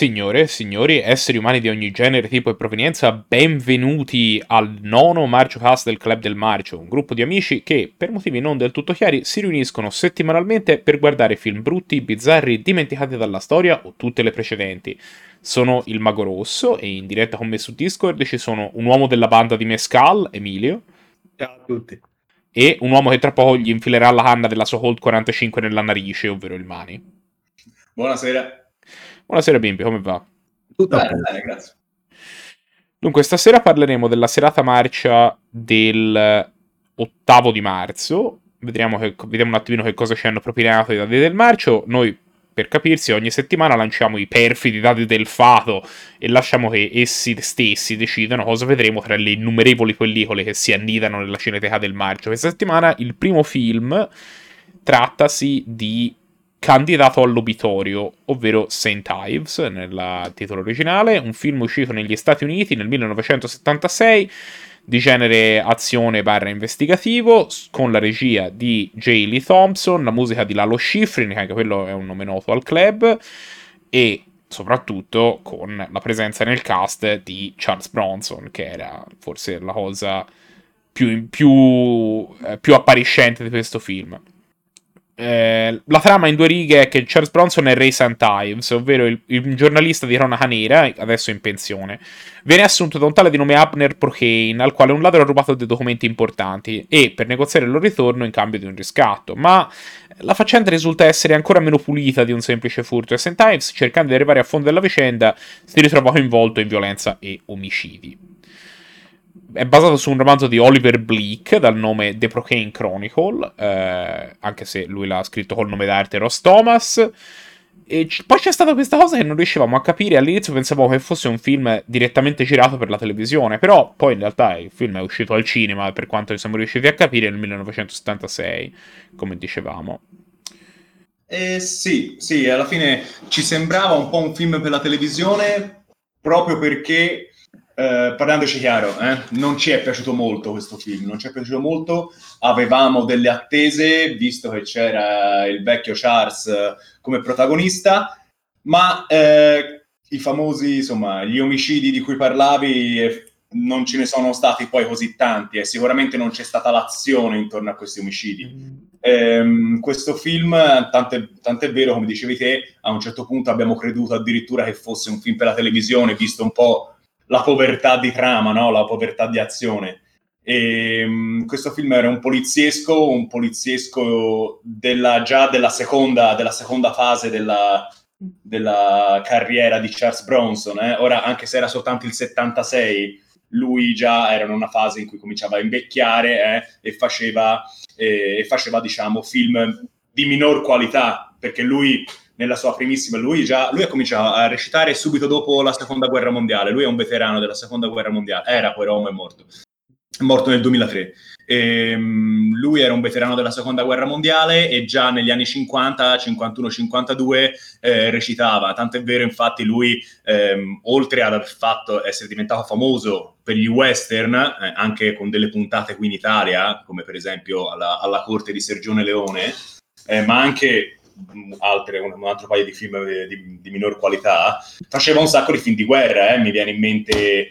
Signore e signori, esseri umani di ogni genere, tipo e provenienza, benvenuti al nono Marcio Cast del Club del Marcio, un gruppo di amici che, per motivi non del tutto chiari, si riuniscono settimanalmente per guardare film brutti, bizzarri, dimenticati dalla storia o tutte le precedenti. Sono il Mago Rosso e in diretta con me su Discord ci sono un uomo della banda di Mescal, Emilio, Ciao a tutti. e un uomo che tra poco gli infilerà la canna della sua Colt 45 nella narice, ovvero il Mani. Buonasera. Buonasera bimbi, come va? Tutto bene, grazie. Dunque, stasera parleremo della serata marcia del 8 di marzo. Vediamo un attimino che cosa ci hanno propinato i dati del marcio. Noi, per capirsi, ogni settimana lanciamo i perfidi dati del fato e lasciamo che essi stessi decidano cosa vedremo tra le innumerevoli pellicole che si annidano nella Cineteca del Marcio. Questa settimana il primo film trattasi di Candidato all'obitorio, ovvero St. Ives nel titolo originale, un film uscito negli Stati Uniti nel 1976 di genere azione barra investigativo, con la regia di J. Lee Thompson, la musica di Lalo Schifrin, che anche quello è un nome noto al club, e soprattutto con la presenza nel cast di Charles Bronson, che era forse la cosa più appariscente di questo film. La trama in due righe è che Charles Bronson è Ray St. Ives, ovvero il giornalista di cronaca nera, adesso in pensione. Viene assunto da un tale di nome Abner Procane, al quale un ladro ha rubato dei documenti importanti e per negoziare il loro ritorno in cambio di un riscatto. Ma la faccenda risulta essere ancora meno pulita di un semplice furto e St. Ives, cercando di arrivare a fondo della vicenda, si ritrova coinvolto in violenza e omicidi. È basato su un romanzo di Oliver Bleak dal nome The Procane Chronicle, anche se lui l'ha scritto col nome d'arte Ross Thomas. E poi c'è stata questa cosa che non riuscivamo a capire. All'inizio pensavo che fosse un film direttamente girato per la televisione, però poi in realtà il film è uscito al cinema, per quanto siamo riusciti a capire, nel 1976, come dicevamo. Sì, alla fine ci sembrava un po' un film per la televisione, proprio perché, parlandoci chiaro, non ci è piaciuto molto questo film, non ci è piaciuto molto, avevamo delle attese, visto che c'era il vecchio Charles come protagonista, ma i famosi, insomma, gli omicidi di cui parlavi, non ce ne sono stati poi così tanti e sicuramente non c'è stata l'azione intorno a questi omicidi. Questo film, tant'è vero, come dicevi te, a un certo punto abbiamo creduto addirittura che fosse un film per la televisione, visto un po' la povertà di trama, no? La povertà di azione. Questo film era un poliziesco della seconda fase della carriera di Charles Bronson. Ora, anche se era soltanto il 76, lui già era in una fase in cui cominciava a invecchiare e faceva diciamo film di minor qualità, perché lui nella sua primissima lui ha cominciato a recitare subito dopo la seconda guerra mondiale. Lui è un veterano della seconda guerra mondiale, poi Roma è morto nel 2003. Lui era un veterano della seconda guerra mondiale e già negli anni 50, 51, 52 recitava. Tanto è vero, infatti, lui oltre ad essere diventato famoso per gli western, anche con delle puntate qui in Italia, come per esempio alla corte di Sergione Leone, ma anche un altro paio di film di minor qualità, faceva un sacco di film di guerra. Mi viene in mente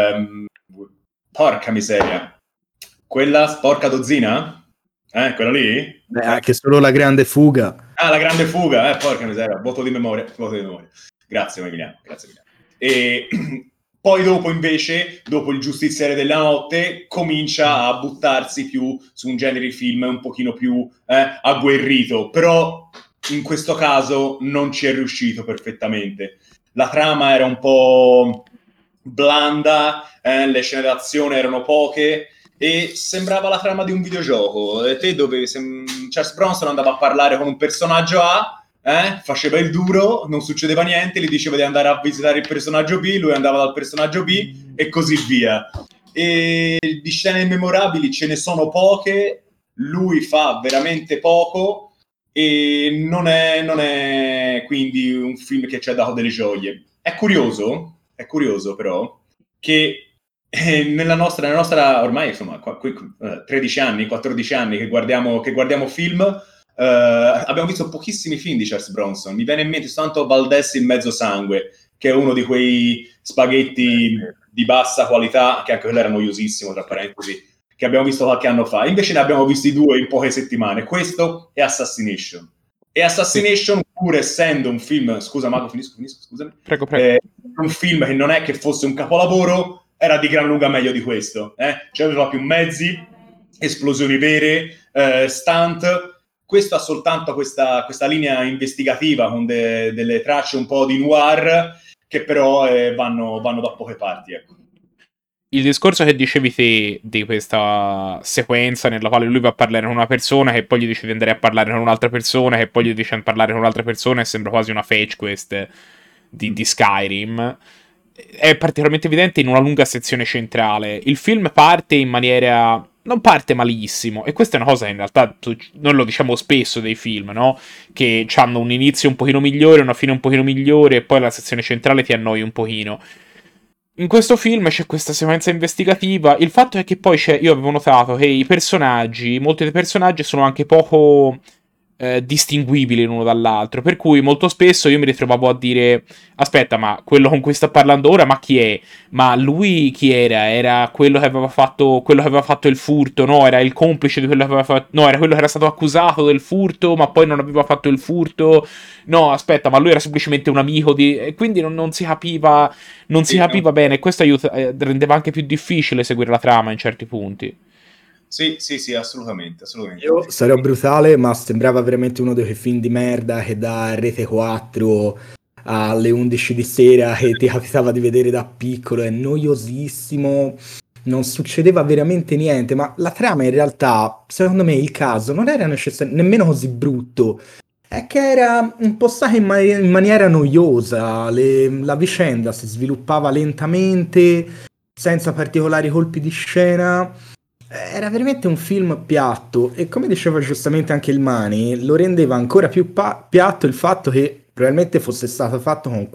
porca miseria, quella Sporca Dozzina? Quella lì? Anche solo La Grande Fuga. La Grande Fuga, porca miseria, voto di memoria. Grazie Emiliano. E poi dopo invece, dopo Il giustiziere della notte, comincia a buttarsi più su un genere di film un pochino più agguerrito, però in questo caso non ci è riuscito perfettamente. La trama era un po' blanda, le scene d'azione erano poche e sembrava la trama di un videogioco. Charles Bronson andava a parlare con un personaggio A, faceva il duro, non succedeva niente, gli diceva di andare a visitare il personaggio B, lui andava dal personaggio B e così via. E di scene memorabili ce ne sono poche, lui fa veramente poco e non è quindi un film che ci ha dato delle gioie. È curioso però che nella nostra ormai insomma 13 anni, 14 anni che guardiamo film, abbiamo visto pochissimi film di Charles Bronson. Mi viene in mente soltanto Valdez in Mezzo sangue, che è uno di quei spaghetti di bassa qualità, che anche quello era noiosissimo, tra parentesi, che abbiamo visto qualche anno fa. Invece ne abbiamo visti 2 in poche settimane, questo e Assassination. E Assassination, pur essendo un film, scusa Marco, finisco, scusami. Prego. Un film che non è che fosse un capolavoro, era di gran lunga meglio di questo. C'erano più mezzi, esplosioni vere, stunt. Questo ha soltanto questa linea investigativa con delle tracce un po' di noir, che però vanno da poche parti, ecco. Il discorso che dicevi te di questa sequenza nella quale lui va a parlare con una persona, che poi gli dice di andare a parlare con un'altra persona, che poi gli dice di parlare con un'altra persona, e sembra quasi una fetch quest di Skyrim, è particolarmente evidente in una lunga sezione centrale. Il film parte in maniera... non parte malissimo, e questa è una cosa che in realtà non lo diciamo spesso dei film, no? Che hanno un inizio un pochino migliore, una fine un pochino migliore, e poi la sezione centrale ti annoi un pochino. In questo film c'è questa sequenza investigativa. Il fatto è che poi io avevo notato che molti dei personaggi sono anche poco distinguibili l'uno dall'altro, per cui molto spesso io mi ritrovavo a dire: aspetta, ma quello con cui sta parlando ora, ma chi è? Ma lui chi era? Era quello che aveva fatto il furto? No, era il complice di quello che aveva fatto... no, era quello che era stato accusato del furto, ma poi non aveva fatto il furto. No, aspetta, ma lui era semplicemente un amico di... e quindi non si capiva bene, e questo rendeva anche più difficile seguire la trama in certi punti. Sì, assolutamente. Io sarò brutale, ma sembrava veramente uno dei film di merda che da Rete 4 alle 11 di sera che ti capitava di vedere da piccolo. È noiosissimo, non succedeva veramente niente, ma la trama in realtà, secondo me, il caso non era nemmeno così brutto. È che era impostata in maniera noiosa, la vicenda si sviluppava lentamente, senza particolari colpi di scena. Era veramente un film piatto, e come diceva giustamente anche il Mani, lo rendeva ancora più piatto il fatto che probabilmente fosse stato fatto con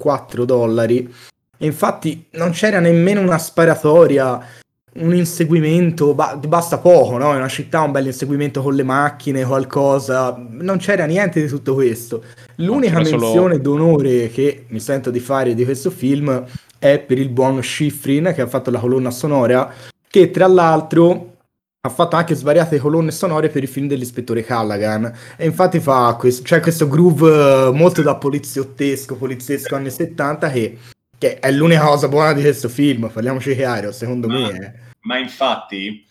$4. E infatti non c'era nemmeno una sparatoria, un inseguimento, basta poco, no? In una città un bel inseguimento con le macchine, qualcosa, non c'era niente di tutto questo. L'unica menzione d'onore che mi sento di fare di questo film è per il buon Schifrin, che ha fatto la colonna sonora, che tra l'altro ha fatto anche svariate colonne sonore per i film dell'ispettore Callaghan, e infatti fa questo groove molto da poliziesco anni 70 che è l'unica cosa buona di questo film, parliamoci chiaro, secondo me. Ma infatti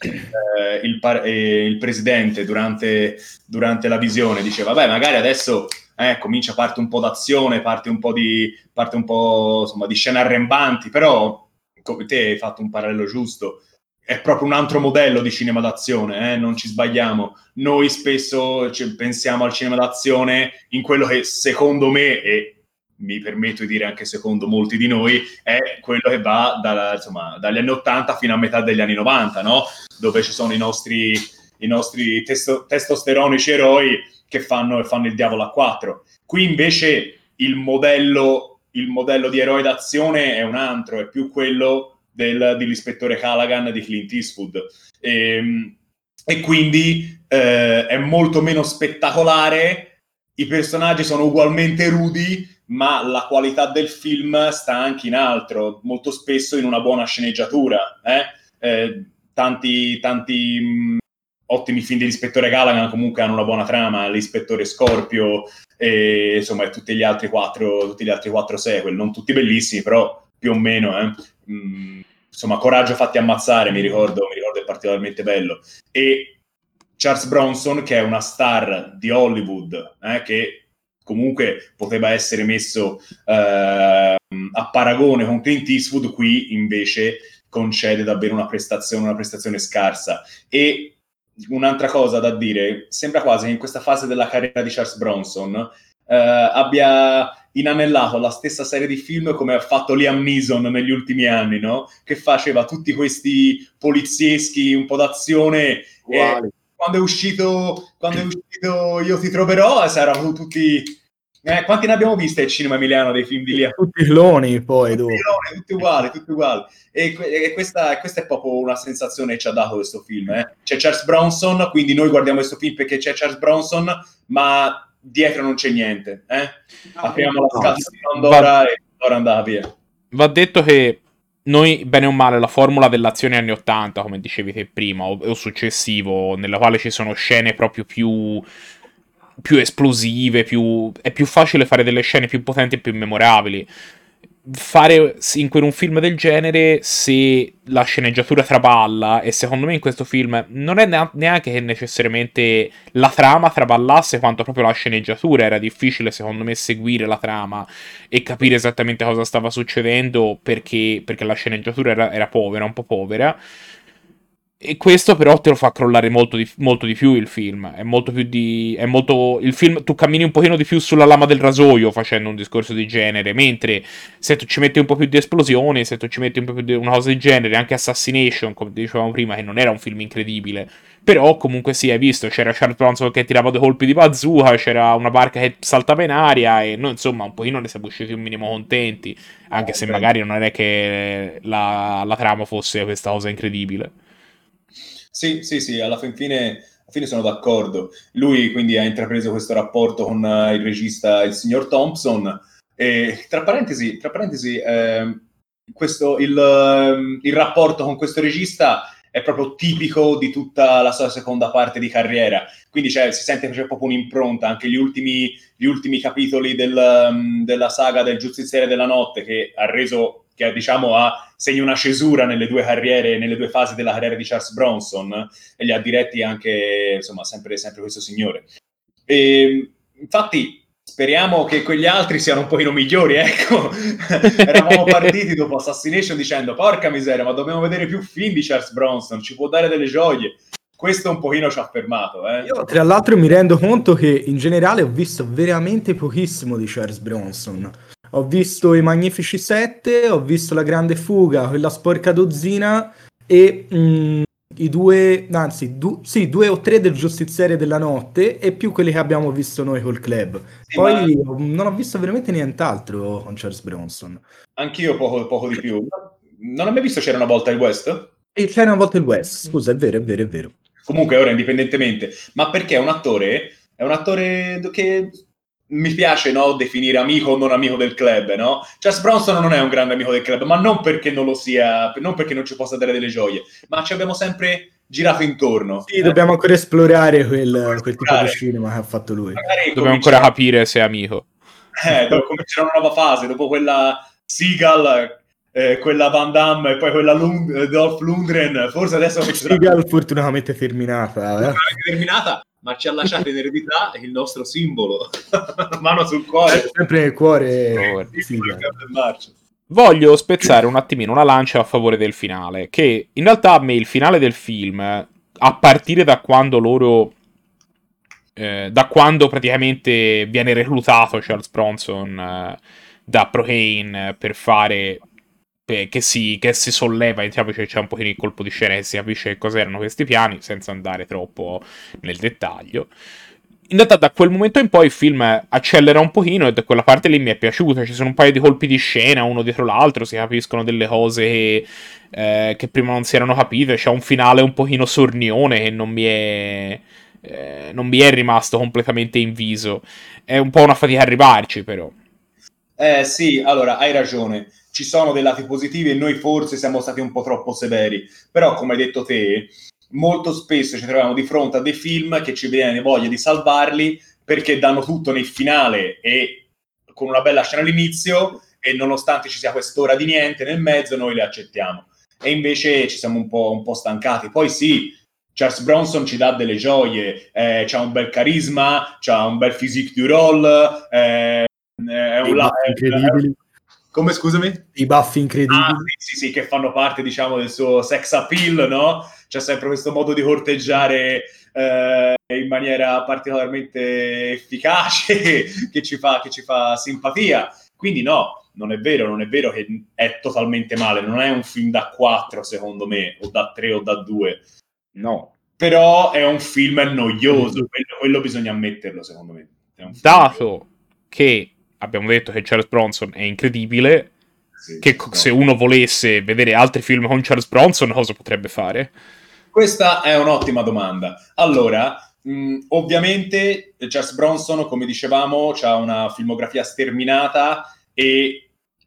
il presidente durante la visione diceva: vabbè, magari adesso comincia, parte un po' d'azione, parte un po' insomma di scene arrembanti, però come te hai fatto un parallelo giusto, è proprio un altro modello di cinema d'azione, non ci sbagliamo. Noi spesso pensiamo al cinema d'azione in quello che secondo me, e mi permetto di dire anche secondo molti di noi, è quello che va dagli anni 80 fino a metà degli anni 90, no? Dove ci sono i nostri testosteronici eroi che fanno il diavolo a 4. Qui invece il modello di eroe d'azione è un altro, è più quello dell'ispettore Callaghan di Clint Eastwood, e quindi è molto meno spettacolare. I personaggi sono ugualmente rudi, ma la qualità del film sta anche in altro, molto spesso in una buona sceneggiatura. Tanti ottimi film dell'ispettore Callaghan comunque hanno una buona trama, l'ispettore Scorpio e insomma e tutti gli altri quattro sequel, non tutti bellissimi, però più o meno insomma Coraggio fatti ammazzare mi ricordo è particolarmente bello. E Charles Bronson, che è una star di Hollywood, che comunque poteva essere messo a paragone con Clint Eastwood, qui invece concede davvero una prestazione scarsa. E un'altra cosa da dire, sembra quasi che in questa fase della carriera di Charles Bronson abbia inanellato la stessa serie di film come ha fatto Liam Neeson negli ultimi anni, no? Che faceva tutti questi polizieschi, un po' d'azione, e quando è uscito Io ti troverò, erano tutti... quanti ne abbiamo visti al cinema emiliano dei film di Liam? Tutti cloni poi tutti uguali. E questa è proprio una sensazione che ci ha dato questo film. C'è Charles Bronson, quindi noi guardiamo questo film perché c'è Charles Bronson, ma dietro non c'è niente. Apriamo la scatola di Pandora ora andava via. Va detto che noi, bene o male, la formula dell'azione anni 80, come dicevi te prima, o successivo, nella quale ci sono scene proprio più esplosive, è più facile fare delle scene più potenti e più memorabili. Fare in un film del genere, se la sceneggiatura traballa, e secondo me in questo film non è neanche che necessariamente la trama traballasse, quanto proprio la sceneggiatura. Era difficile secondo me seguire la trama e capire esattamente cosa stava succedendo, perché la sceneggiatura era povera, un po' povera. E questo però te lo fa crollare molto di più il film. È molto più di. È molto. Il film. Tu cammini un pochino di più sulla lama del rasoio facendo un discorso di genere. Mentre se tu ci metti un po' più di esplosione, se tu ci metti un po' più di una cosa di genere, anche Assassination, come dicevamo prima, che non era un film incredibile. Però comunque sì, hai visto, c'era Charles Bronson che tirava due colpi di bazooka, c'era una barca che saltava in aria, e noi insomma un pochino ne siamo usciti un minimo contenti. Anche se magari non è che la trama fosse questa cosa incredibile. Sì, alla fine sono d'accordo. Lui quindi ha intrapreso questo rapporto con il regista, il signor Thompson, e tra parentesi, il rapporto con questo regista è proprio tipico di tutta la sua seconda parte di carriera. Quindi si sente che c'è proprio un'impronta. Anche gli ultimi capitoli della saga del Giustiziere della Notte, che diciamo segna una cesura nelle due carriere, nelle due fasi della carriera di Charles Bronson, e li ha diretti anche, insomma, sempre questo signore. E infatti speriamo che quegli altri siano un pochino migliori, ecco. Eravamo partiti dopo Assassination dicendo porca miseria, ma dobbiamo vedere più film di Charles Bronson, ci può dare delle gioie. Questo un pochino ci ha fermato. Io tra l'altro mi rendo conto che in generale ho visto veramente pochissimo di Charles Bronson. Ho visto I Magnifici 7, ho visto La Grande Fuga, Quella sporca dozzina e i due o tre del Giustiziere della Notte, e più quelli che abbiamo visto noi col club. Sì, Poi non ho visto veramente nient'altro con Charles Bronson. Anch'io poco di più. Non ho mai visto C'era una volta il West? E c'era una volta il West, scusa, è vero. Comunque ora indipendentemente, ma perché è un attore che mi piace, no, definire amico o non amico del club, no? Charles Bronson non è un grande amico del club, ma non perché non lo sia, non perché non ci possa dare delle gioie, ma ci abbiamo sempre girato intorno. Sì, dobbiamo ancora esplorare quel tipo di cinema che ha fatto lui. Dobbiamo ancora capire se è amico. Devo cominciare una nuova fase, dopo quella Seagal, quella Van Damme e poi quella Dolph Lundgren, forse adesso Seagal fortunatamente terminata. Ma ci ha lasciato in eredità il nostro simbolo, mano sul cuore, sempre nel cuore. Voglio spezzare un attimino una lancia a favore del finale, che in realtà a me il finale del film, a partire da quando praticamente viene reclutato Charles Bronson da Procaine per fare che si solleva, diciamo che c'è un pochino il colpo di scena, che si capisce che cos'erano questi piani, senza andare troppo nel dettaglio. In realtà da quel momento in poi il film accelera un pochino, e da quella parte lì mi è piaciuta. Ci sono un paio di colpi di scena uno dietro l'altro, si capiscono delle cose che prima non si erano capite. C'è un finale un pochino sornione che non mi è rimasto completamente in viso. È un po' una fatica a arrivarci, però. Sì, allora hai ragione, ci sono dei lati positivi e noi forse siamo stati un po' troppo severi, però come hai detto te, molto spesso ci troviamo di fronte a dei film che ci viene voglia di salvarli perché danno tutto nel finale e con una bella scena all'inizio, e nonostante ci sia quest'ora di niente nel mezzo noi le accettiamo, e invece ci siamo un po' stancati. Poi sì, Charles Bronson ci dà delle gioie, c'ha un bel carisma, c'ha un bel physique du role, incredibili. Come, scusami? I baffi incredibili. Sì, che fanno parte, diciamo, del suo sex appeal, no? C'è sempre questo modo di corteggiare in maniera particolarmente efficace che ci fa simpatia. Quindi no, non è vero che è totalmente male, non è un film da 4 secondo me, o da 3 o da 2. No. Però è un film noioso, quello bisogna ammetterlo secondo me. Dato che abbiamo detto che Charles Bronson è incredibile, se uno volesse vedere altri film con Charles Bronson, cosa potrebbe fare? Questa è un'ottima domanda. Allora, ovviamente Charles Bronson, come dicevamo, ha una filmografia sterminata e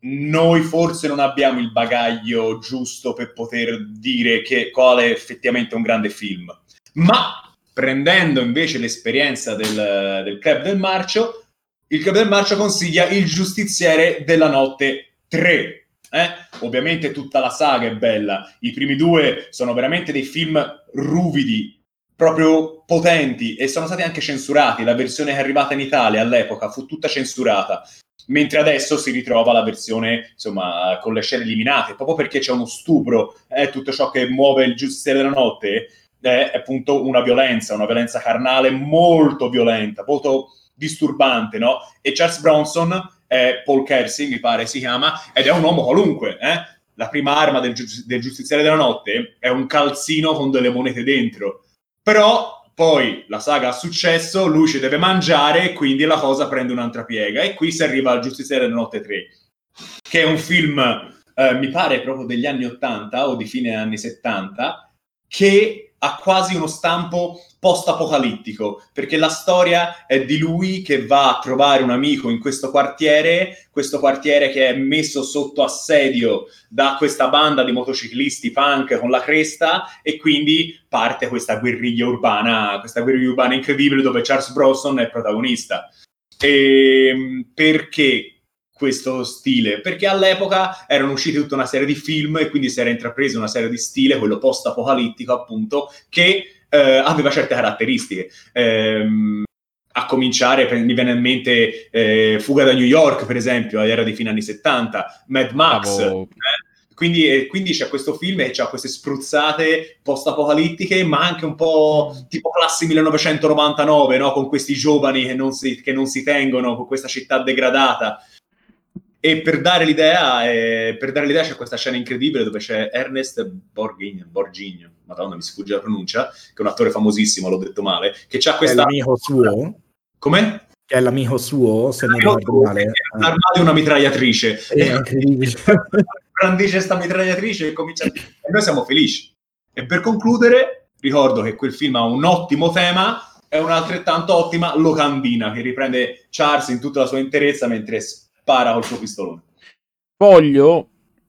noi forse non abbiamo il bagaglio giusto per poter dire qual è effettivamente un grande film. Ma prendendo invece l'esperienza del Club del Marcio, il Club del Marcio consiglia Il Giustiziere della Notte 3. Ovviamente tutta la saga è bella, i primi due sono veramente dei film ruvidi, proprio potenti, e sono stati anche censurati. La versione che è arrivata in Italia all'epoca fu tutta censurata, mentre adesso si ritrova la versione, insomma, con le scene eliminate, proprio perché c'è uno stupro, tutto ciò che muove il Giustiziere della Notte è appunto una violenza carnale molto violenta, molto disturbante, no? E Charles Bronson è Paul Kersey, mi pare si chiama, ed è un uomo qualunque, La prima arma del Giustiziere della Notte è un calzino con delle monete dentro. Però poi la saga ha successo, lui ci deve mangiare e quindi la cosa prende un'altra piega. E qui si arriva al Giustiziere della Notte 3, che è un film, mi pare proprio degli anni 80 o di fine anni 70, che ha quasi uno stampo post-apocalittico, perché la storia è di lui che va a trovare un amico in questo quartiere che è messo sotto assedio da questa banda di motociclisti punk con la cresta, e quindi parte questa guerriglia urbana incredibile dove Charles Bronson è protagonista. E perché questo stile? Perché all'epoca erano usciti tutta una serie di film e quindi si era intrapreso una serie di stile, quello post-apocalittico appunto, che aveva certe caratteristiche. A cominciare, mi viene in mente Fuga da New York, per esempio, era di fine anni 70, Mad Max. Quindi c'è questo film che ha queste spruzzate post-apocalittiche, ma anche un po' tipo classi 1999, no? Con questi giovani che non si tengono, con questa città degradata. E per dare l'idea c'è questa scena incredibile dove c'è Ernest Borgnine, madonna mi sfugge la pronuncia, che è un attore famosissimo, l'ho detto male, che c'ha questa... È l'amico suo? Come? Che è l'amico suo, se non ricordo male. L'armadio è una mitragliatrice. È incredibile. Brandisce sta mitragliatrice e comincia e noi siamo felici. E per concludere, ricordo che quel film ha un ottimo tema e un'altrettanto ottima locandina che riprende Charles in tutta la sua interezza mentre spara col suo pistolone. Voglio,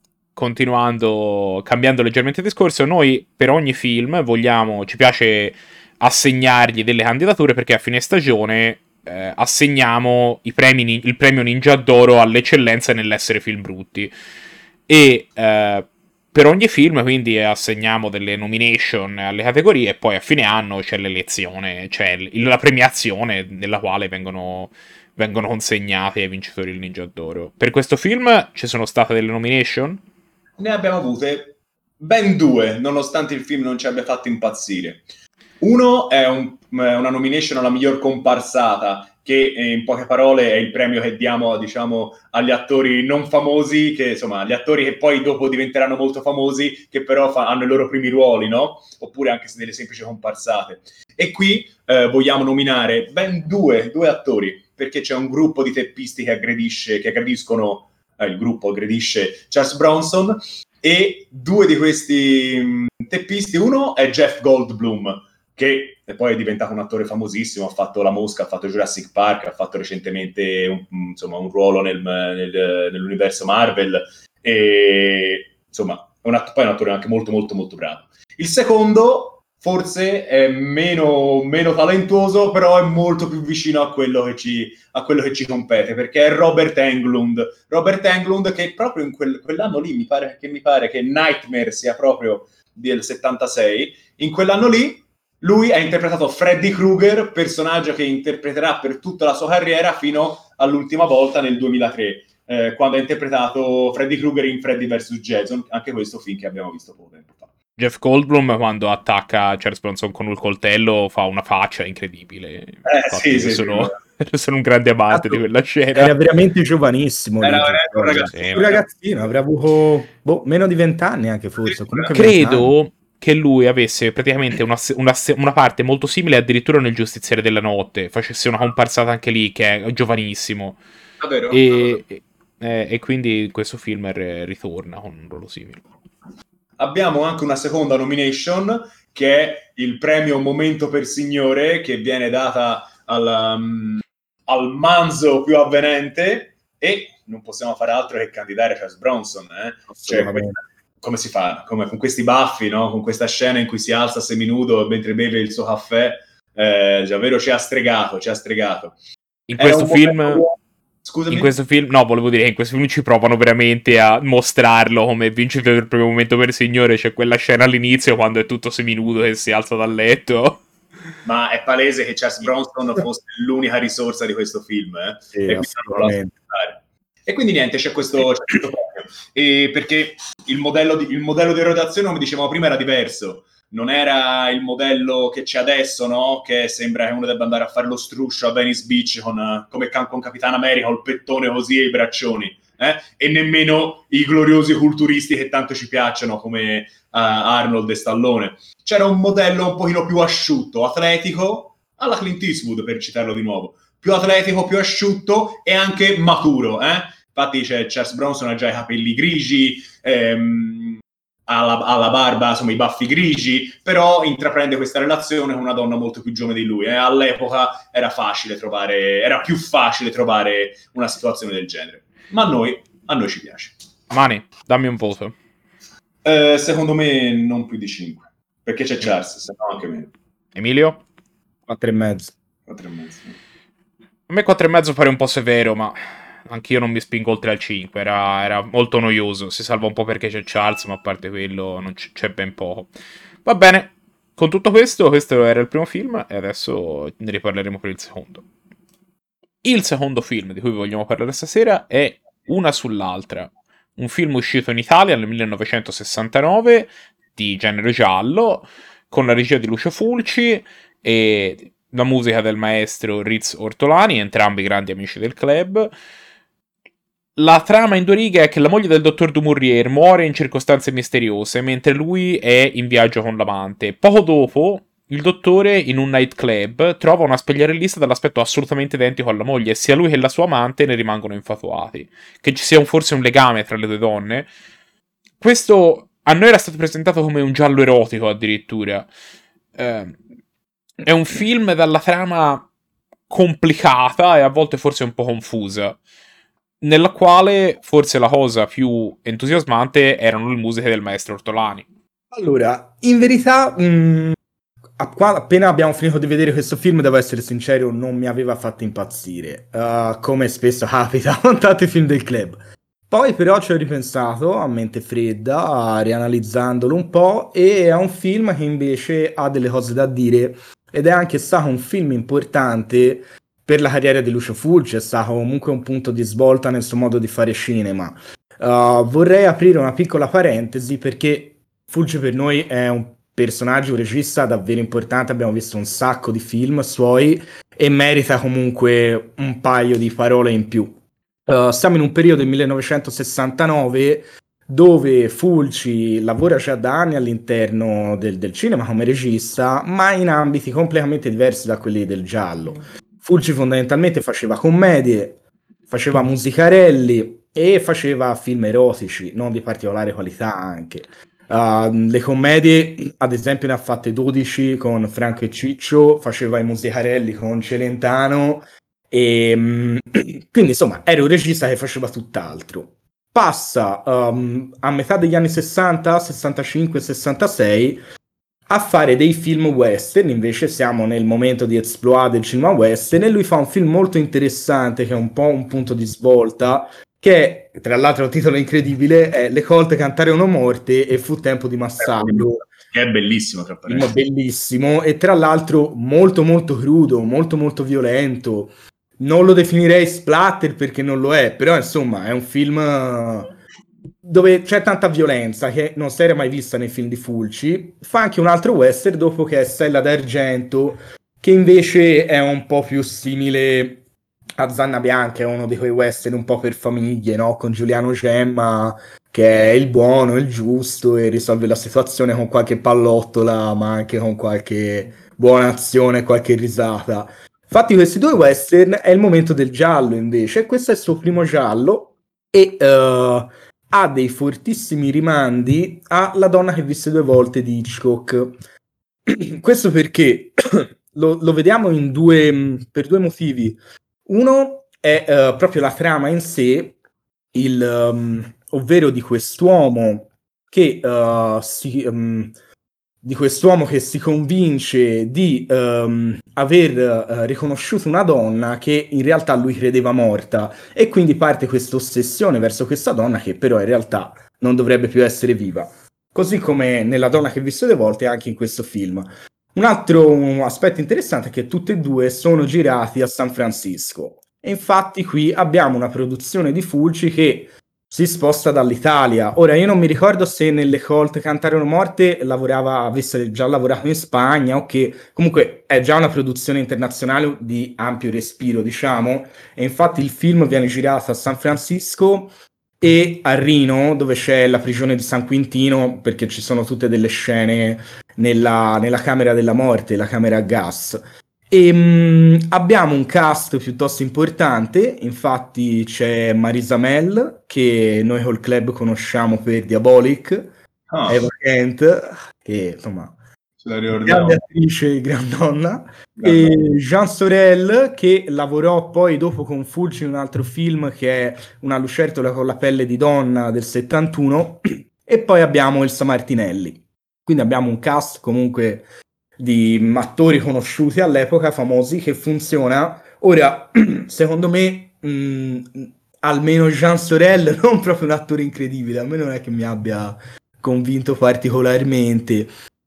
cambiando leggermente il discorso, noi per ogni film ci piace assegnargli delle candidature, perché a fine stagione assegniamo il premio Ninja d'Oro all'eccellenza nell'essere film brutti. E per ogni film quindi assegniamo delle nomination alle categorie, e poi a fine anno c'è l'elezione, c'è la premiazione nella quale vengono consegnati ai vincitori il Ninja d'Oro. Per questo film ci sono state delle nomination? Ne abbiamo avute ben 2, nonostante il film non ci abbia fatto impazzire. Uno è una nomination alla miglior comparsata, che in poche parole è il premio che diamo, diciamo, agli attori non famosi, che insomma, gli attori che poi dopo diventeranno molto famosi, che però hanno i loro primi ruoli, no? Oppure anche se delle semplici comparsate. E qui vogliamo nominare ben due attori, perché c'è un gruppo di teppisti che aggrediscono, il gruppo aggredisce Charles Bronson, e 2 di questi teppisti, uno è Jeff Goldblum, che poi è diventato un attore famosissimo, ha fatto La Mosca, ha fatto Jurassic Park, ha fatto recentemente un ruolo nell'universo Marvel, e insomma poi è un attore anche molto molto molto bravo. Il secondo forse è meno talentuoso, però è molto più vicino a quello che ci compete, perché è Robert Englund, che proprio in quell'anno lì mi pare che Nightmare sia proprio del 76, in quell'anno lì lui ha interpretato Freddy Krueger, personaggio che interpreterà per tutta la sua carriera fino all'ultima volta nel 2003, quando ha interpretato Freddy Krueger in Freddy vs. Jason, anche questo film che abbiamo visto poco tempo fa. Jeff Goldblum, quando attacca Charles Bronson con il coltello, fa una faccia incredibile. Sì, sono un grande amante di quella scena. Era veramente giovanissimo. Era veramente un ragazzino. Un ragazzino, avrà avuto meno di 20 anni anche forse. Comunque credo che lui avesse praticamente una parte molto simile addirittura nel Giustiziere della Notte, facesse una comparsata anche lì, che è giovanissimo. Davvero? E quindi questo film ritorna con un ruolo simile. Abbiamo anche una seconda nomination, che è il premio Momento per Signore, che viene data al manzo più avvenente, e non possiamo fare altro che candidare Charles Bronson, Cioè, come si fa? Come con questi baffi, no? Con questa scena in cui si alza seminudo mentre beve il suo caffè, davvero ci ha stregato. In questo film... Scusami? In questo film, no, volevo dire che in questo film ci provano veramente a mostrarlo come vincitore del primo momento per signore. C'è quella scena all'inizio quando è tutto seminudo e si alza dal letto. Ma è palese che Charles Bronson fosse l'unica risorsa di questo film, Sì, e quindi niente, c'è questo premio. Perché il modello di rotazione, come dicevamo prima, era diverso. Non era il modello che c'è adesso, no? Che sembra che uno debba andare a fare lo struscio a Venice Beach con Capitan America, il pettone così e i braccioni. E nemmeno i gloriosi culturisti che tanto ci piacciono come Arnold e Stallone. C'era un modello un pochino più asciutto, atletico, alla Clint Eastwood, per citarlo di nuovo. Più atletico, più asciutto e anche maturo. Infatti c'è Charles Bronson, ha già i capelli grigi, ha la barba, insomma i baffi grigi, però intraprende questa relazione con una donna molto più giovane di lui. All'epoca era più facile trovare una situazione del genere. Ma a noi ci piace. Mani, dammi un voto. Secondo me non più di 5, perché c'è Charles, se no anche meno. Emilio? 4,5. 4,5. A me 4,5 pare un po' severo, ma anch'io non mi spingo oltre al 5. Era molto noioso. Si salva un po' perché c'è Charles, ma a parte quello non c'è ben poco. Va bene, con tutto questo era il primo film e adesso ne riparleremo per il secondo. Il secondo film di cui vogliamo parlare stasera è Una sull'altra, un film uscito in Italia nel 1969 di genere giallo, con la regia di Lucio Fulci e la musica del maestro Riz Ortolani, entrambi grandi amici del club. La trama in due righe è che la moglie del dottor Dumouriez muore in circostanze misteriose mentre lui è in viaggio con l'amante. Poco dopo, il dottore in un nightclub trova una spogliarellista dall'aspetto assolutamente identico alla moglie e sia lui che la sua amante ne rimangono infatuati. Che ci sia forse un legame tra le due donne. Questo a noi era stato presentato come un giallo erotico addirittura. È un film dalla trama complicata e a volte forse un po' confusa, nella quale forse la cosa più entusiasmante erano le musiche del maestro Ortolani. Allora, in verità, appena abbiamo finito di vedere questo film, devo essere sincero, non mi aveva fatto impazzire, come spesso capita con tanti film del club. Poi però ci ho ripensato a mente fredda, rianalizzandolo un po', e è un film che invece ha delle cose da dire, ed è anche stato un film importante per la carriera di Lucio Fulci, è stato comunque un punto di svolta nel suo modo di fare cinema. Vorrei aprire una piccola parentesi perché Fulci per noi è un personaggio, un regista davvero importante, abbiamo visto un sacco di film suoi e merita comunque un paio di parole in più. Siamo in un periodo del 1969 dove Fulci lavora già da anni all'interno del cinema come regista, ma in ambiti completamente diversi da quelli del giallo. Fulci fondamentalmente faceva commedie, faceva musicarelli e faceva film erotici, non di particolare qualità anche. Le commedie, ad esempio, ne ha fatte 12 con Franco e Ciccio, faceva i musicarelli con Celentano, e quindi insomma era un regista che faceva tutt'altro. Passa a metà degli anni 60, 65, 66 a fare dei film western. Invece siamo nel momento di exploit del cinema western e lui fa un film molto interessante che è un po' un punto di svolta, che tra l'altro è un titolo incredibile, è Le colte cantarono morte e fu tempo di massacro. Che è bellissimo, bellissimo, e tra l'altro molto molto crudo, molto molto violento. Non lo definirei splatter perché non lo è, però insomma è un film dove c'è tanta violenza che non si era mai vista nei film di Fulci. Fa anche un altro western dopo, che è Stella d'Argento, che invece è un po' più simile a Zanna Bianca, è uno di quei western un po' per famiglie, no? Con Giuliano Gemma che è il buono, il giusto e risolve la situazione con qualche pallottola, ma anche con qualche buona azione, qualche risata. Infatti questi due western è il momento del giallo invece, e questo è il suo primo giallo e ha dei fortissimi rimandi a La donna che visse due volte di Hitchcock. Questo perché lo vediamo per due motivi. Uno è proprio la trama in sé, ovvero di quest'uomo che di quest'uomo che si convince di aver riconosciuto una donna che in realtà lui credeva morta, e quindi parte questa ossessione verso questa donna che però in realtà non dovrebbe più essere viva. Così come nella Donna che ho visto le volte, anche in questo film. Un altro aspetto interessante è che tutti e due sono girati a San Francisco. E infatti qui abbiamo una produzione di Fulci che si sposta dall'Italia. Ora, io non mi ricordo se nelle Colt Cantarono Morte avesse già lavorato in Spagna o che comunque è già una produzione internazionale di ampio respiro, diciamo. E infatti il film viene girato a San Francisco e a Reno, dove c'è la prigione di San Quintino, perché ci sono tutte delle scene nella camera della morte, la camera a gas. E abbiamo un cast piuttosto importante, infatti c'è Marisa Mel, che noi col club conosciamo per Diabolic, Eva Kent, che insomma ce la grande attrice, grandonna, e Jean Sorel, che lavorò poi dopo con Fulci in un altro film che è Una lucertola con la pelle di donna del 71, e poi abbiamo Elsa Martinelli. Quindi abbiamo un cast comunque di attori conosciuti all'epoca, famosi, che funziona. Ora, secondo me, almeno Jean Sorel non proprio un attore incredibile, a me non è che mi abbia convinto particolarmente.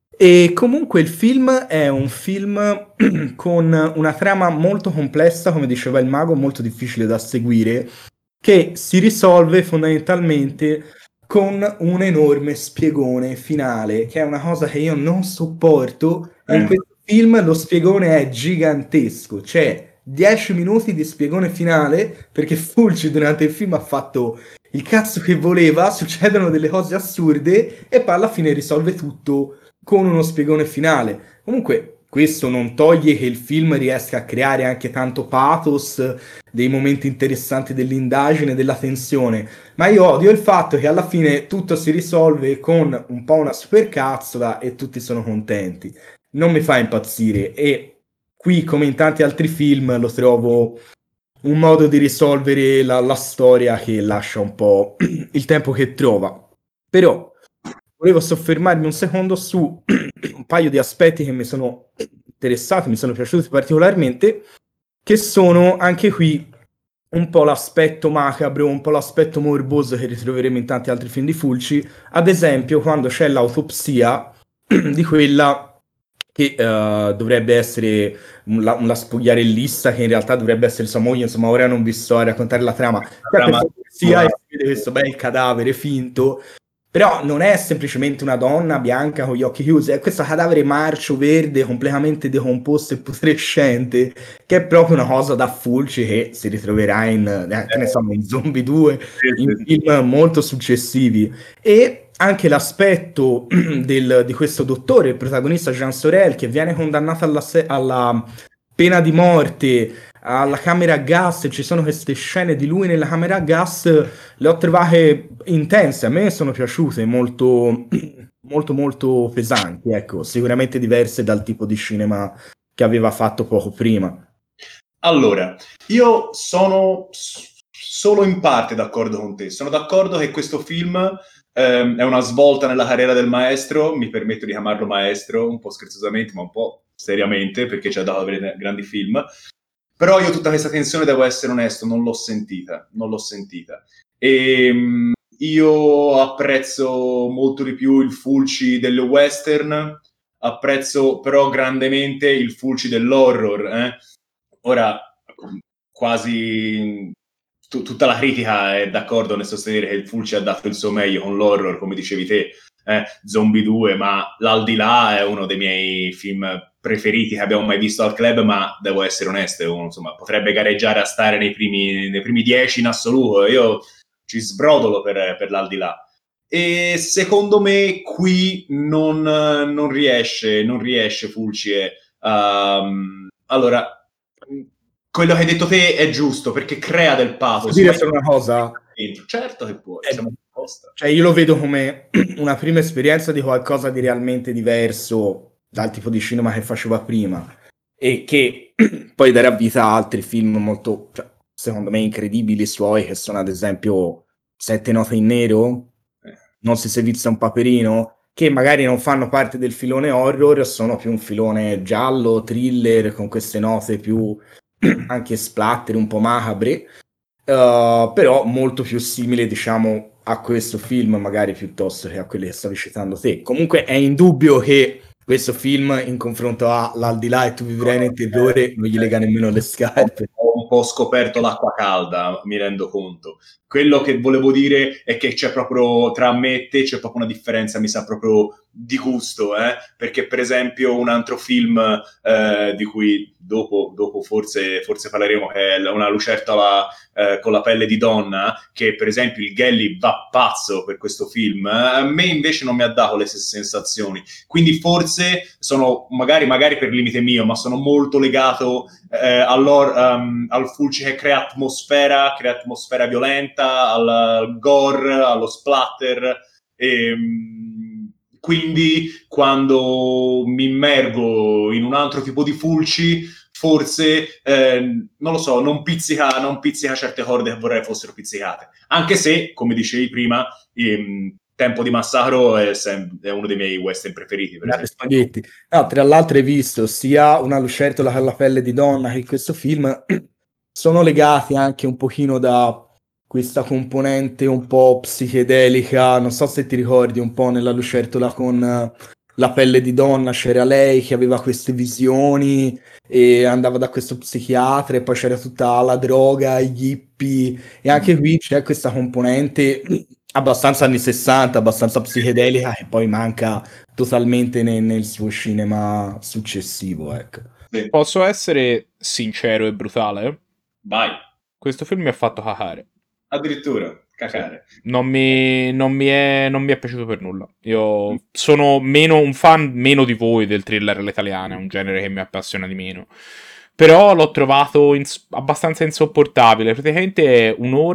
E comunque il film è un film con una trama molto complessa, come diceva il mago, molto difficile da seguire, che si risolve fondamentalmente con un enorme spiegone finale, che è una cosa che io non sopporto. E in questo film lo spiegone è gigantesco, c'è 10 minuti di spiegone finale, perché Fulci durante il film ha fatto il cazzo che voleva, succedono delle cose assurde e poi alla fine risolve tutto con uno spiegone finale. Comunque questo non toglie che il film riesca a creare anche tanto pathos, dei momenti interessanti dell'indagine, della tensione, ma io odio il fatto che alla fine tutto si risolve con un po' una supercazzola e tutti sono contenti. Non mi fa impazzire, e qui, come in tanti altri film, lo trovo un modo di risolvere la storia che lascia un po' il tempo che trova. Però volevo soffermarmi un secondo su un paio di aspetti che mi sono interessati, mi sono piaciuti particolarmente, che sono anche qui un po' l'aspetto macabro, un po' l'aspetto morboso che ritroveremo in tanti altri film di Fulci. Ad esempio, quando c'è l'autopsia di quella che dovrebbe essere la spogliarellista, che in realtà dovrebbe essere sua moglie, insomma, ora non vi sto a raccontare la trama. L'autopsia e si vede questo bel cadavere finto, però non è semplicemente una donna bianca con gli occhi chiusi, è questo cadavere marcio, verde, completamente decomposto e putrescente, che è proprio una cosa da Fulci che si ritroverà che ne so, in Zombie 2, in film molto successivi. E anche l'aspetto di questo dottore, il protagonista Jean Sorel, che viene condannato alla pena di morte, alla camera a gas, e ci sono queste scene di lui nella camera a gas, le ho trovate intense, a me sono piaciute, molto molto molto pesanti, ecco, sicuramente diverse dal tipo di cinema che aveva fatto poco prima. Allora, io sono solo in parte d'accordo con te, sono d'accordo che questo film è una svolta nella carriera del maestro, mi permetto di chiamarlo maestro, un po' scherzosamente, ma un po' seriamente, perché ci ha dato avere grandi film. Però io tutta questa tensione, devo essere onesto, non l'ho sentita. E io apprezzo molto di più il Fulci delle western, apprezzo però grandemente il Fulci dell'horror. Ora, quasi tutta la critica è d'accordo nel sostenere che il Fulci ha dato il suo meglio con l'horror, come dicevi te, Zombie 2, ma L'Aldilà è uno dei miei film preferiti che abbiamo mai visto al club, ma devo essere onesto, insomma, potrebbe gareggiare a stare nei primi 10 in assoluto. Io ci sbrodolo per L'Aldilà. E secondo me qui non riesce Fulci. Allora, quello che hai detto te è giusto, perché crea del pathos. Posso dire solo una cosa? Certo che puoi, siamo apposta. Cioè, io lo vedo come una prima esperienza di qualcosa di realmente diverso dal tipo di cinema che faceva prima, e che poi darà vita a altri film molto, secondo me, incredibili suoi, che sono ad esempio Sette note in nero, Non si servizia un paperino, che magari non fanno parte del filone horror, sono più un filone giallo, thriller, con queste note più anche splatter, un po' macabre, però molto più simile, diciamo, a questo film, magari piuttosto che a quelli che stavi citando te. Comunque è indubbio che questo film, in confronto a L'Aldilà e Tu vivrai nel terrore, non gli lega nemmeno le scarpe. Ho un po' scoperto l'acqua calda, mi rendo conto. Quello che volevo dire è che c'è proprio tra me e te c'è proprio una differenza, mi sa proprio di gusto, perché per esempio un altro film di cui dopo forse parleremo, che è Una lucertola con la pelle di donna, che per esempio il Gelli va pazzo per questo film, a me invece non mi ha dato le stesse sensazioni, quindi forse sono magari per limite mio, ma sono molto legato al fulci che crea atmosfera violenta, al gore, allo splatter, e quindi quando mi immergo in un altro tipo di fulci forse non lo so, non pizzica certe corde che vorrei fossero pizzicate, anche se, come dicevi prima, Tempo di Massacro è uno dei miei western preferiti, per esempio. Spaghetti. No, tra l'altro hai visto sia Una lucertola con la pelle di donna che questo film sono legati anche un pochino da questa componente un po' psichedelica. Non so se ti ricordi un po' nella lucertola con la pelle di donna, c'era lei che aveva queste visioni e andava da questo psichiatra, e poi c'era tutta la droga, gli hippie, e anche qui c'è questa componente abbastanza anni 60, abbastanza psichedelica, che poi manca totalmente nel suo cinema successivo, ecco. Sì. Posso essere sincero e brutale? Vai. Questo film mi ha fatto cacare. Addirittura, cacare. Sì. Non mi è piaciuto per nulla. Io sono un fan meno di voi del thriller all'italiana, è un genere che mi appassiona di meno. Però l'ho trovato abbastanza insopportabile. Praticamente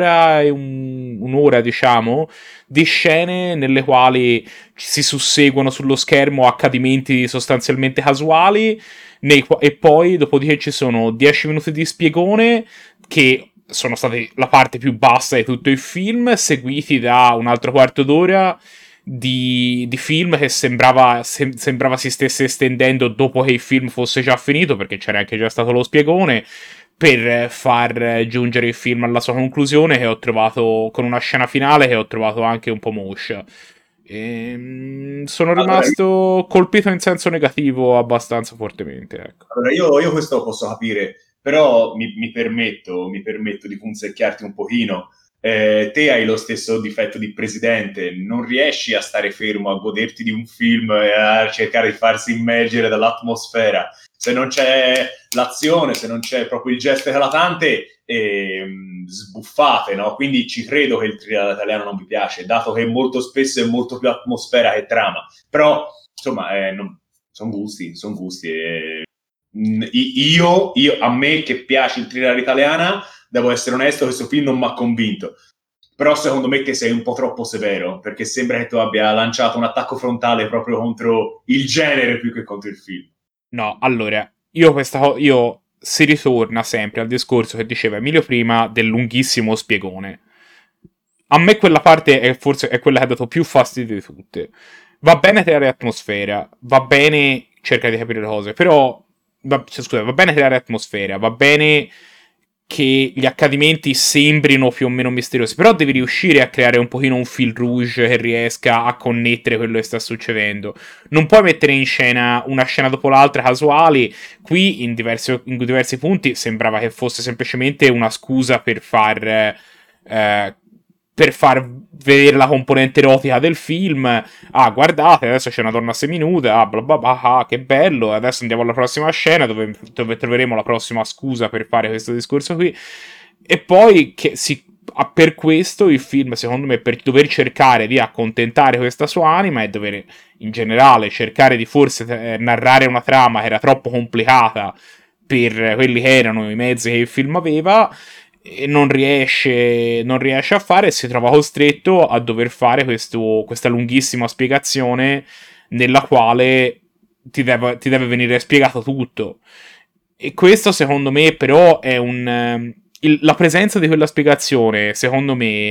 un'ora, diciamo, di scene nelle quali si susseguono sullo schermo accadimenti sostanzialmente casuali, e poi dopodiché ci sono 10 minuti di spiegone che sono stati la parte più bassa di tutto il film, seguiti da un altro quarto d'ora di film che sembrava si stesse estendendo dopo che il film fosse già finito, perché c'era anche già stato lo spiegone, per far giungere il film alla sua conclusione, che ho trovato con una scena finale che ho trovato anche un po' moscia. Sono rimasto colpito in senso negativo abbastanza fortemente, ecco. Allora io questo lo posso capire, però mi permetto di punzecchiarti un pochino. Te hai lo stesso difetto di presidente, non riesci a stare fermo a goderti di un film e a cercare di farsi immergere dall'atmosfera. Se non c'è l'azione, se non c'è proprio il gesto eclatante, sbuffate, no? Quindi ci credo che il thriller italiano non vi piace, dato che molto spesso è molto più atmosfera che trama. Però, insomma, sono gusti. Io, a me che piace il thriller italiana, devo essere onesto, questo film non mi ha convinto. Però secondo me che sei un po' troppo severo, perché sembra che tu abbia lanciato un attacco frontale proprio contro il genere più che contro il film. No, allora, io si ritorna sempre al discorso che diceva Emilio prima del lunghissimo spiegone. A me quella parte forse è quella che ha dato più fastidio di tutte. Va bene creare atmosfera, va bene cercare di capire le cose, però va bene creare atmosfera, va bene che gli accadimenti sembrino più o meno misteriosi, però devi riuscire a creare un pochino un fil rouge che riesca a connettere quello che sta succedendo. Non puoi mettere in scena una scena dopo l'altra casuali. Qui in diversi punti sembrava che fosse semplicemente una scusa per far vedere la componente erotica del film. Ah, guardate, adesso c'è una donna seminuda, bla bla bla, che bello. Adesso andiamo alla prossima scena dove troveremo la prossima scusa per fare questo discorso qui. E poi per questo il film, secondo me, per dover cercare di accontentare questa sua anima e dover in generale cercare di forse narrare una trama che era troppo complicata per quelli che erano i mezzi che il film aveva, e non riesce a fare, e si trova costretto a dover fare questa lunghissima spiegazione nella quale ti deve venire spiegato tutto. E questo secondo me però è la presenza di quella spiegazione, secondo me,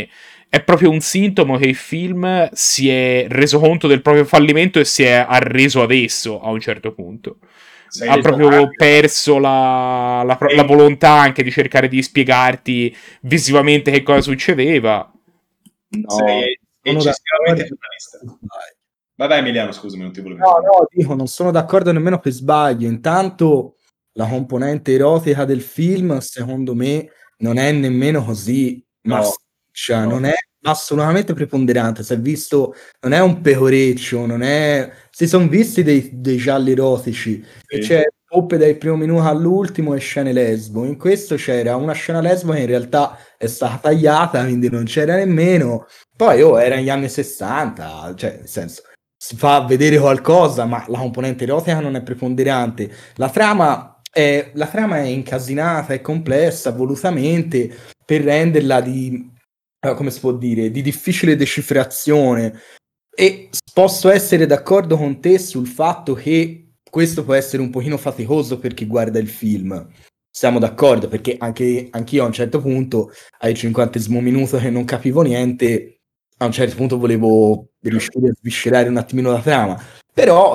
è proprio un sintomo che il film si è reso conto del proprio fallimento e si è arreso adesso, a un certo punto. Ha proprio perso la volontà anche di cercare di spiegarti visivamente che cosa succedeva. No, sei eccessivamente giornalista. Vabbè, Emiliano, scusami, non ti volevo dire. No, dico, non sono d'accordo nemmeno per sbaglio. Intanto la componente erotica del film, secondo me, non è nemmeno così massiccia, non è assolutamente preponderante. Si è visto, non è un pecoreccio, non è... Si sono visti dei gialli erotici, e c'è poppe dal primo minuto all'ultimo e scene lesbo. In questo c'era una scena lesbo che in realtà è stata tagliata, quindi non c'era nemmeno. Poi, era negli anni 60, cioè, nel senso, si fa vedere qualcosa, ma la componente erotica non è preponderante. La trama è incasinata, è complessa volutamente per renderla come si può dire, di difficile decifrazione. E posso essere d'accordo con te sul fatto che questo può essere un pochino faticoso per chi guarda il film. Siamo d'accordo, perché anch'io a un certo punto, al 50° minuto che non capivo niente, a un certo punto volevo riuscire a sviscerare un attimino la trama. Però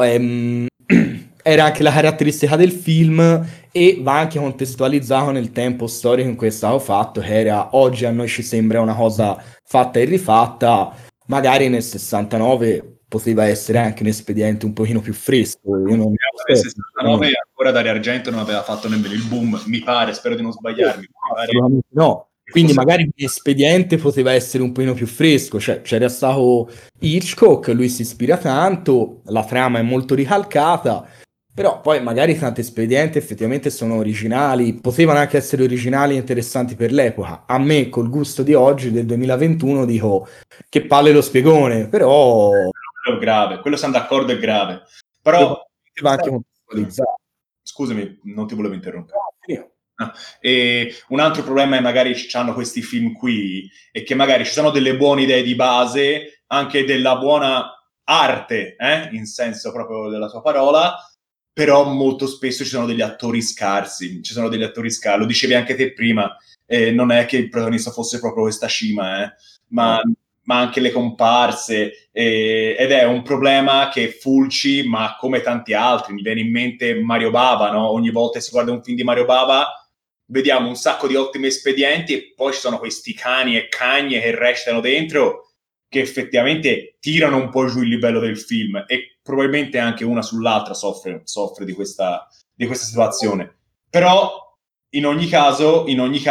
era anche la caratteristica del film e va anche contestualizzato nel tempo storico in cui è stato fatto, che era oggi a noi ci sembra una cosa fatta e rifatta, magari nel 69 poteva essere anche un espediente un pochino più fresco. Io non nel 69 ancora Dario Argento non aveva fatto nemmeno il boom, mi pare, spero di non sbagliarmi. Assolutamente no. Quindi magari l'espediente poteva essere un pochino più fresco, cioè c'era stato Hitchcock, lui si ispira tanto, la trama è molto ricalcata, però poi magari tanti espedienti effettivamente sono originali, potevano anche essere originali e interessanti per l'epoca. A me, col gusto di oggi, del 2021, dico che palle lo spiegone, però... Quello è grave, quello siamo d'accordo è grave. Però... va anche contestualizzato. Scusami, non ti volevo interrompere. No, e un altro problema è magari hanno questi film qui e che magari ci sono delle buone idee di base, anche della buona arte, in senso proprio della tua parola, però molto spesso ci sono degli attori scarsi, lo dicevi anche te prima, non è che il protagonista fosse proprio questa cima, ma anche le comparse, ed è un problema che Fulci, ma come tanti altri, mi viene in mente Mario Bava, no? Ogni volta che si guarda un film di Mario Bava vediamo un sacco di ottimi espedienti e poi ci sono questi cani e cagne che restano dentro che effettivamente tirano un po' giù il livello del film e probabilmente anche una sull'altra soffre di questa situazione. Però in ogni caso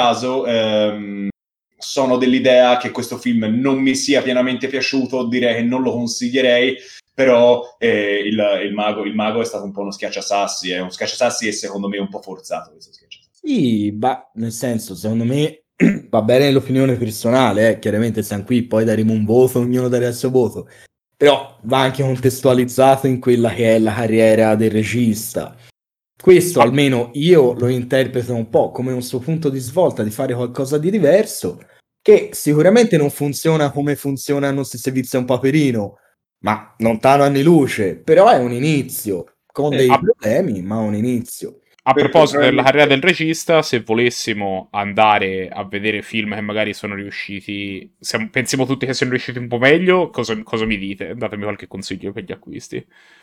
sono dell'idea che questo film non mi sia pienamente piaciuto, direi che non lo consiglierei, però il mago è stato un po' uno schiacciasassi, è uno schiacciasassi e secondo me un po' forzato questo schiacciasassi. Sì, nel senso, secondo me va bene l'opinione personale, chiaramente siamo qui, poi daremo un voto, ognuno darà il suo voto, però va anche contestualizzato in quella che è la carriera del regista. Questo almeno io lo interpreto un po' come un suo punto di svolta di fare qualcosa di diverso, che sicuramente non funziona come funziona Non si servizia un paperino, ma lontano anni luce, però è un inizio, con dei problemi, ma un inizio. A proposito della carriera del regista, se volessimo andare a vedere film che magari sono riusciti, pensiamo tutti che siano riusciti un po' meglio, cosa mi dite? Datemi qualche consiglio per gli acquisti.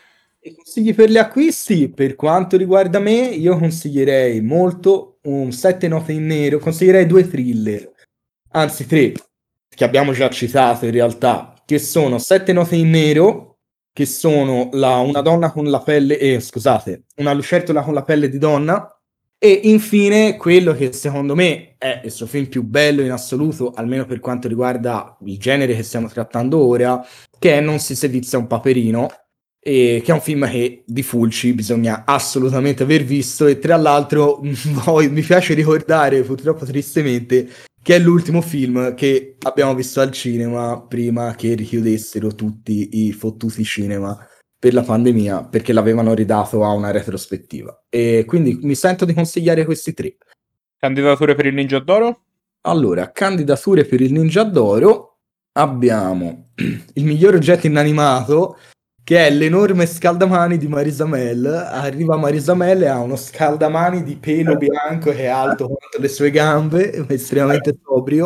I consigli per gli acquisti, per quanto riguarda me, io consiglierei molto un 7 note in nero, consiglierei 2 thriller, anzi 3, che abbiamo già citato in realtà, che sono 7 note in nero, che sono una donna con la pelle, scusate, una lucertola con la pelle di donna, e infine quello che secondo me è il suo film più bello in assoluto, almeno per quanto riguarda il genere che stiamo trattando ora, che è Non si servizia un paperino, che è un film che di Fulci bisogna assolutamente aver visto, e tra l'altro mi piace ricordare, purtroppo tristemente, che è l'ultimo film che abbiamo visto al cinema prima che richiudessero tutti i fottuti cinema per la pandemia, perché l'avevano ridato a una retrospettiva, e quindi mi sento di consigliare questi 3. Candidature per il Ninja d'Oro? Allora, candidature per il Ninja d'Oro abbiamo il miglior oggetto inanimato, che è l'enorme scaldamani di Marisa Mel. Arriva Marisa Mel e ha uno scaldamani di pelo bianco che è alto quanto le sue gambe, estremamente sobrio.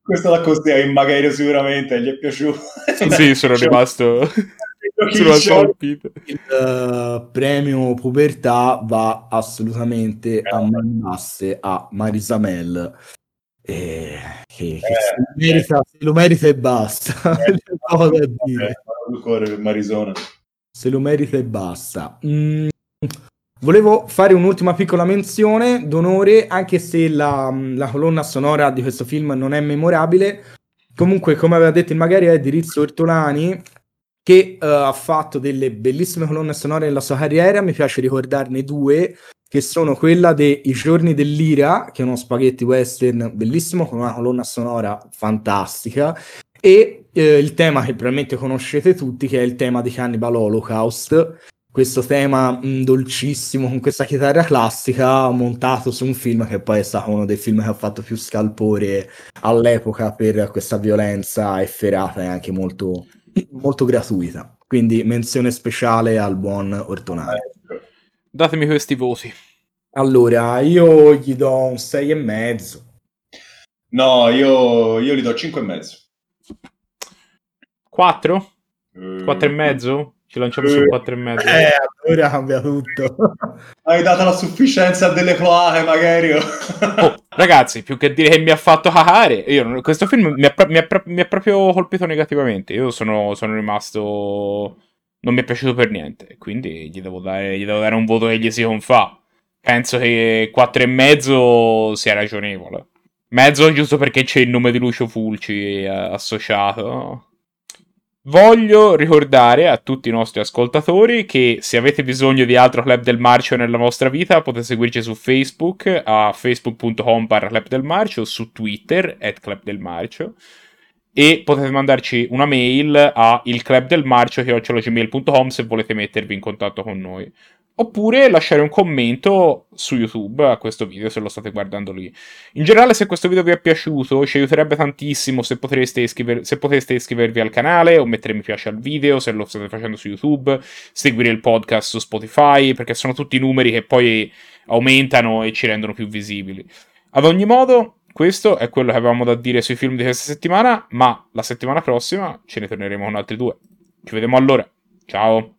Questo l'ha consigliato in Magherio sicuramente, gli è piaciuto. Sì, sono rimasto colpito. Il premio pubertà va assolutamente a mani basse a Marisamel, che se lo merita e basta. C'è poco da dire. Marisona. Se lo merita e basta. Volevo fare un'ultima piccola menzione d'onore, anche se la colonna sonora di questo film non è memorabile. Comunque, come aveva detto il Magari, è di Rizzo Ortolani, che ha fatto delle bellissime colonne sonore nella sua carriera. Mi piace ricordarne due, che sono quella dei I giorni dell'ira, che è uno spaghetti western bellissimo, con una colonna sonora fantastica, e il tema che probabilmente conoscete tutti, che è il tema di Cannibal Holocaust. Questo tema dolcissimo, con questa chitarra classica, montato su un film che poi è stato uno dei film che ha fatto più scalpore all'epoca per questa violenza efferata e anche molto, molto gratuita. Quindi menzione speciale al buon Ortonari. Datemi questi voti. Allora, io gli do un 6,5. No, io gli do 5,5. 4? 4,5? Ci lanciamo su 4,5. Allora cambia tutto. Hai dato la sufficienza delle cloache, magari. Ragazzi, più che dire che mi ha fatto cacare, questo film mi ha proprio colpito negativamente. Io sono rimasto... Non mi è piaciuto per niente, quindi gli devo dare un voto che gli si confà. Penso che 4,5 sia ragionevole. Mezzo giusto perché c'è il nome di Lucio Fulci associato. Voglio ricordare a tutti i nostri ascoltatori che se avete bisogno di altro Club del Marcio nella vostra vita potete seguirci su Facebook a facebook.com/Club del Marcio, su Twitter @Club del Marcio, e potete mandarci una mail a ilclubdelmarcio@gmail.com se volete mettervi in contatto con noi. Oppure lasciare un commento su YouTube a questo video se lo state guardando lì. In generale, se questo video vi è piaciuto, ci aiuterebbe tantissimo se poteste iscrivervi al canale o mettere mi piace al video se lo state facendo su YouTube, seguire il podcast su Spotify, perché sono tutti numeri che poi aumentano e ci rendono più visibili. Ad ogni modo, questo è quello che avevamo da dire sui film di questa settimana, ma la settimana prossima ce ne torneremo con altri due. Ci vediamo allora. Ciao!